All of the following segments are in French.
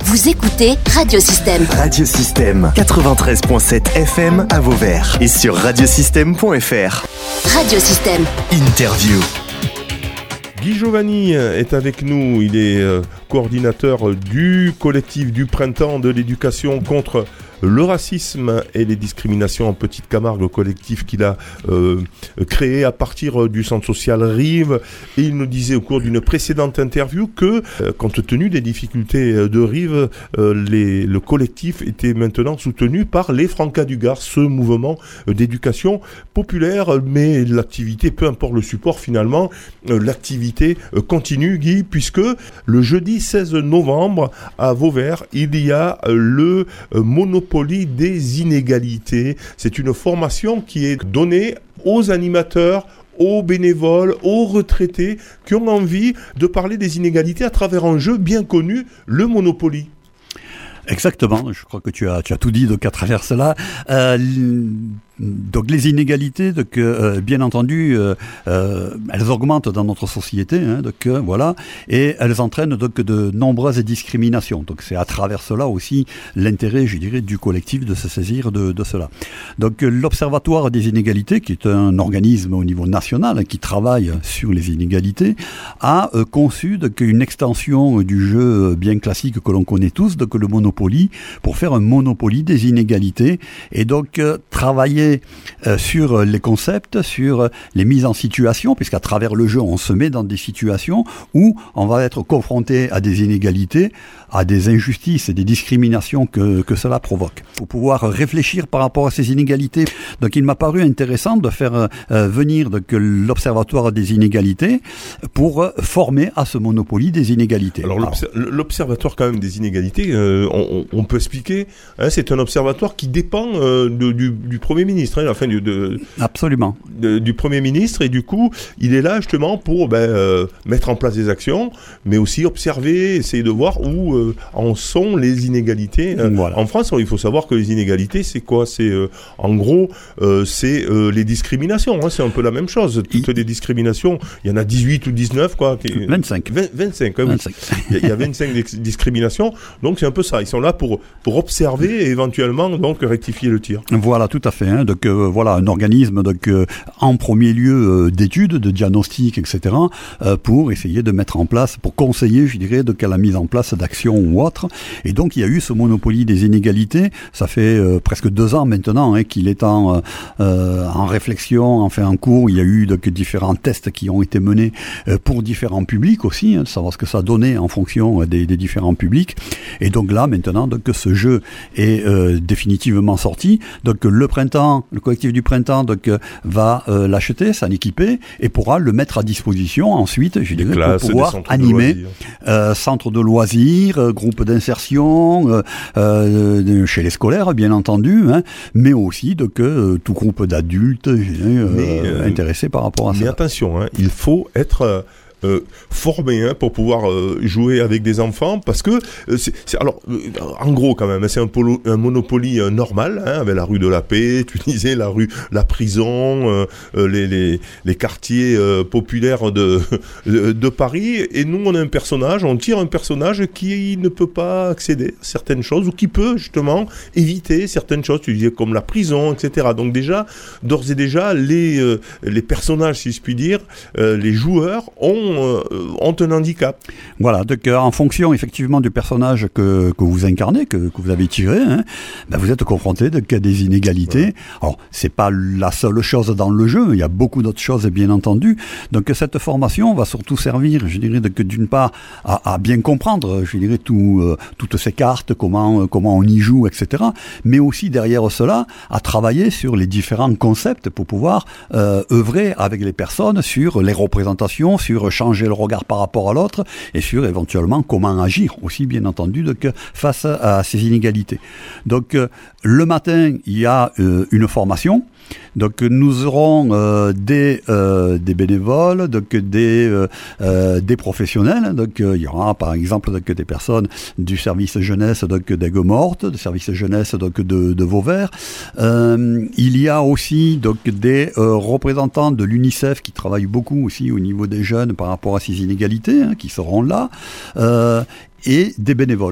Vous écoutez Radiosystème. Radiosystème 93.7 FM à Vauvert et sur radiosystème.fr. Radiosystème. Interview. Guy Giovanni est avec nous, il est coordinateur du collectif du printemps de l'éducation contre le racisme et les discriminations en Petite Camargue, le collectif qu'il a créé à partir du centre social Rive. Et il nous disait au cours d'une précédente interview que, compte tenu des difficultés de Rive, le collectif était maintenant soutenu par les Francas du Gard, ce mouvement d'éducation populaire. Mais l'activité, peu importe le support finalement, l'activité continue, Guy, puisque le jeudi 16 novembre à Vauvert, il y a le Monopoly des inégalités. C'est une formation qui est donnée aux animateurs, aux bénévoles, aux retraités qui ont envie de parler des inégalités à travers un jeu bien connu, le Monopoly. Exactement, je crois que tu as tout dit donc à travers cela. Donc les inégalités, donc bien entendu, elles augmentent dans notre société, voilà, et elles entraînent donc de nombreuses discriminations. Donc c'est à travers cela aussi l'intérêt, je dirais, du collectif de se saisir de cela. Donc l'Observatoire des inégalités, qui est un organisme au niveau national qui travaille sur les inégalités, a conçu donc une extension du jeu bien classique que l'on connaît tous, donc le Monopoly, pour faire un Monopoly des inégalités, et donc travailler sur les concepts, sur les mises en situation, puisqu'à travers le jeu, on se met dans des situations où on va être confronté à des inégalités, à des injustices et des discriminations que cela provoque. Pour pouvoir réfléchir par rapport à ces inégalités, donc il m'a paru intéressant de faire venir donc l'Observatoire des inégalités pour former à ce Monopoly des inégalités. Alors l'Observatoire quand même des inégalités, on peut expliquer, c'est un observatoire qui dépend du Premier ministre. Absolument. Du Premier ministre, et du coup, il est là justement pour mettre en place des actions, mais aussi observer, essayer de voir où en sont les inégalités. Voilà. En France, il faut savoir que les inégalités, c'est quoi ? C'est en gros, c'est les discriminations. C'est un peu la même chose. Toutes les discriminations, il y en a 18 ou 19, quoi. 25. 25, oui. Il y a 25 discriminations. Donc c'est un peu ça. Ils sont là pour observer et éventuellement donc rectifier le tir. Voilà, tout à fait. Donc voilà, un organisme donc en premier lieu d'études, de diagnostic, etc. Pour essayer de mettre en place, pour conseiller, je dirais, donc à la mise en place d'actions ou autres. Et donc il y a eu ce Monopoly des inégalités. Ça fait presque 2 ans maintenant qu'il est en réflexion, enfin en cours. Il y a eu donc différents tests qui ont été menés pour différents publics aussi, de savoir ce que ça donnait en fonction des différents publics. Et donc là maintenant, donc ce jeu est définitivement sorti. Donc le collectif du printemps donc va l'acheter, s'en équiper et pourra le mettre à disposition ensuite, je dirais, pour pouvoir animer centres de loisirs, groupes d'insertion, chez les scolaires bien entendu, mais aussi donc tout groupe d'adultes intéressés par rapport à ça. Mais attention, il faut être formé pour pouvoir jouer avec des enfants, parce que en gros quand même, c'est un Monopoly normal, avec la rue de la Paix, tu disais la prison, les quartiers populaires de Paris, et nous on tire un personnage qui ne peut pas accéder à certaines choses, ou qui peut justement éviter certaines choses, tu disais, comme la prison, etc. Donc d'ores et déjà les personnages, si je puis dire, les joueurs ont un handicap. Voilà, donc en fonction effectivement du personnage que vous incarnez, que vous avez tiré, vous êtes confronté à des inégalités. Ouais. Alors, c'est pas la seule chose dans le jeu, il y a beaucoup d'autres choses bien entendu. Donc cette formation va surtout servir, je dirais, d'une part à bien comprendre, je dirais, toutes ces cartes, comment on y joue, etc. Mais aussi derrière cela, à travailler sur les différents concepts pour pouvoir œuvrer avec les personnes sur les représentations, sur changer le regard par rapport à l'autre, et sur éventuellement comment agir aussi, bien entendu, donc, face à ces inégalités. Donc le matin, il y a une formation. Donc nous aurons des bénévoles, donc des professionnels. Donc il y aura par exemple donc, des personnes du service jeunesse donc d'Aigues-Mortes, du service jeunesse donc de Vauvert. Il y a aussi donc des représentants de l'UNICEF qui travaillent beaucoup aussi au niveau des jeunes par rapport à ces inégalités, qui seront là, et des bénévoles.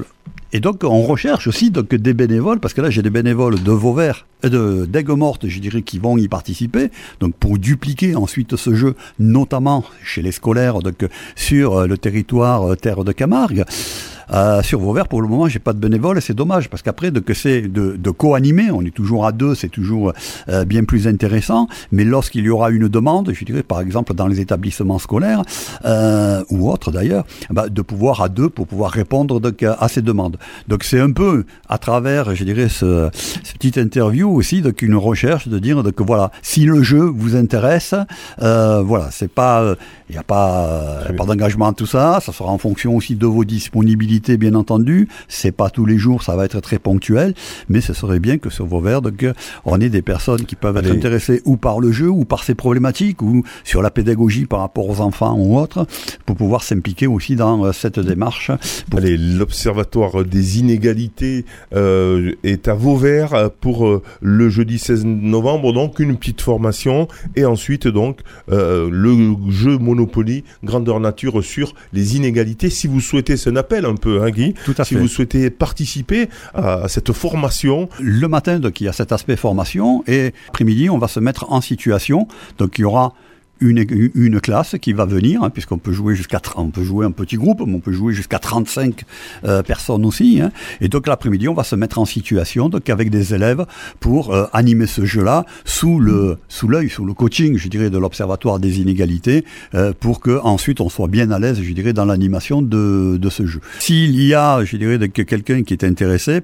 Et donc, on recherche aussi donc, des bénévoles, parce que là, j'ai des bénévoles de Vauvert, d'Aigues-Mortes, je dirais, qui vont y participer, donc pour dupliquer ensuite ce jeu, notamment chez les scolaires, donc sur le territoire Terre de Camargue. Sur Vauvert, pour le moment, j'ai pas de bénévoles et c'est dommage parce qu'après, que c'est de co-animer, on est toujours à deux, c'est toujours bien plus intéressant. Mais lorsqu'il y aura une demande, je dirais par exemple dans les établissements scolaires ou autres d'ailleurs, de pouvoir à deux pour pouvoir répondre donc, à ces demandes. Donc c'est un peu à travers, je dirais, cette petite interview aussi, donc une recherche de dire que voilà, si le jeu vous intéresse, voilà, c'est pas, il n'y a pas d'engagement à tout ça, ça sera en fonction aussi de vos disponibilités. Bien entendu, c'est pas tous les jours, ça va être très ponctuel, mais ce serait bien que sur Vauvert, donc, on ait des personnes qui peuvent être intéressées ou par le jeu, ou par ses problématiques, ou sur la pédagogie par rapport aux enfants ou autres, pour pouvoir s'impliquer aussi dans cette démarche. Allez, l'Observatoire des inégalités est à Vauvert pour le jeudi 16 novembre, donc une petite formation, et ensuite donc le jeu Monopoly grandeur nature sur les inégalités. Si vous souhaitez, c'est un appel un peu, hein, Guy, tout à fait. Vous souhaitez participer à cette formation. Le matin, donc, il y a cet aspect formation, et après-midi, on va se mettre en situation. Donc, il y aura une classe qui va venir, hein, puisqu'on peut jouer on peut jouer en petit groupe, mais on peut jouer jusqu'à 35 personnes aussi. Hein. Et donc l'après-midi, on va se mettre en situation, donc avec des élèves pour animer ce jeu-là sous l'œil, sous le coaching, je dirais, de l'Observatoire des inégalités, pour que ensuite on soit bien à l'aise, je dirais, dans l'animation de ce jeu. S'il y a, je dirais, quelqu'un qui est intéressé.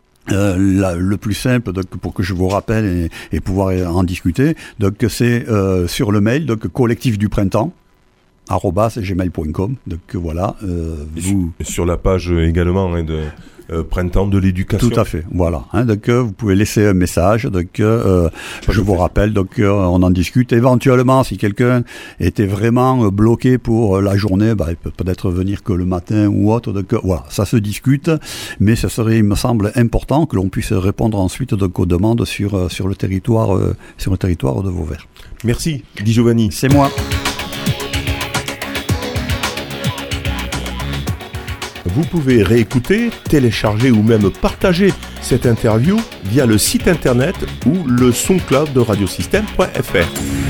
Le plus simple, donc, pour que je vous rappelle et pouvoir en discuter, donc c'est sur le mail, donc collectif du printemps @gmail.com. Donc voilà. Sur la page également hein, de Printemps de l'éducation. Tout à fait, voilà. Hein, donc vous pouvez laisser un message. Donc je vous rappelle. Donc on en discute. Éventuellement, si quelqu'un était vraiment bloqué pour la journée, il peut peut-être venir que le matin ou autre. Donc voilà, ça se discute. Mais ce serait, il me semble, important que l'on puisse répondre ensuite donc aux demandes sur le territoire de Vauvert. Merci, Di Giovanni. C'est moi. Vous pouvez réécouter, télécharger ou même partager cette interview via le site internet ou le SoundCloud de radiosystème.fr.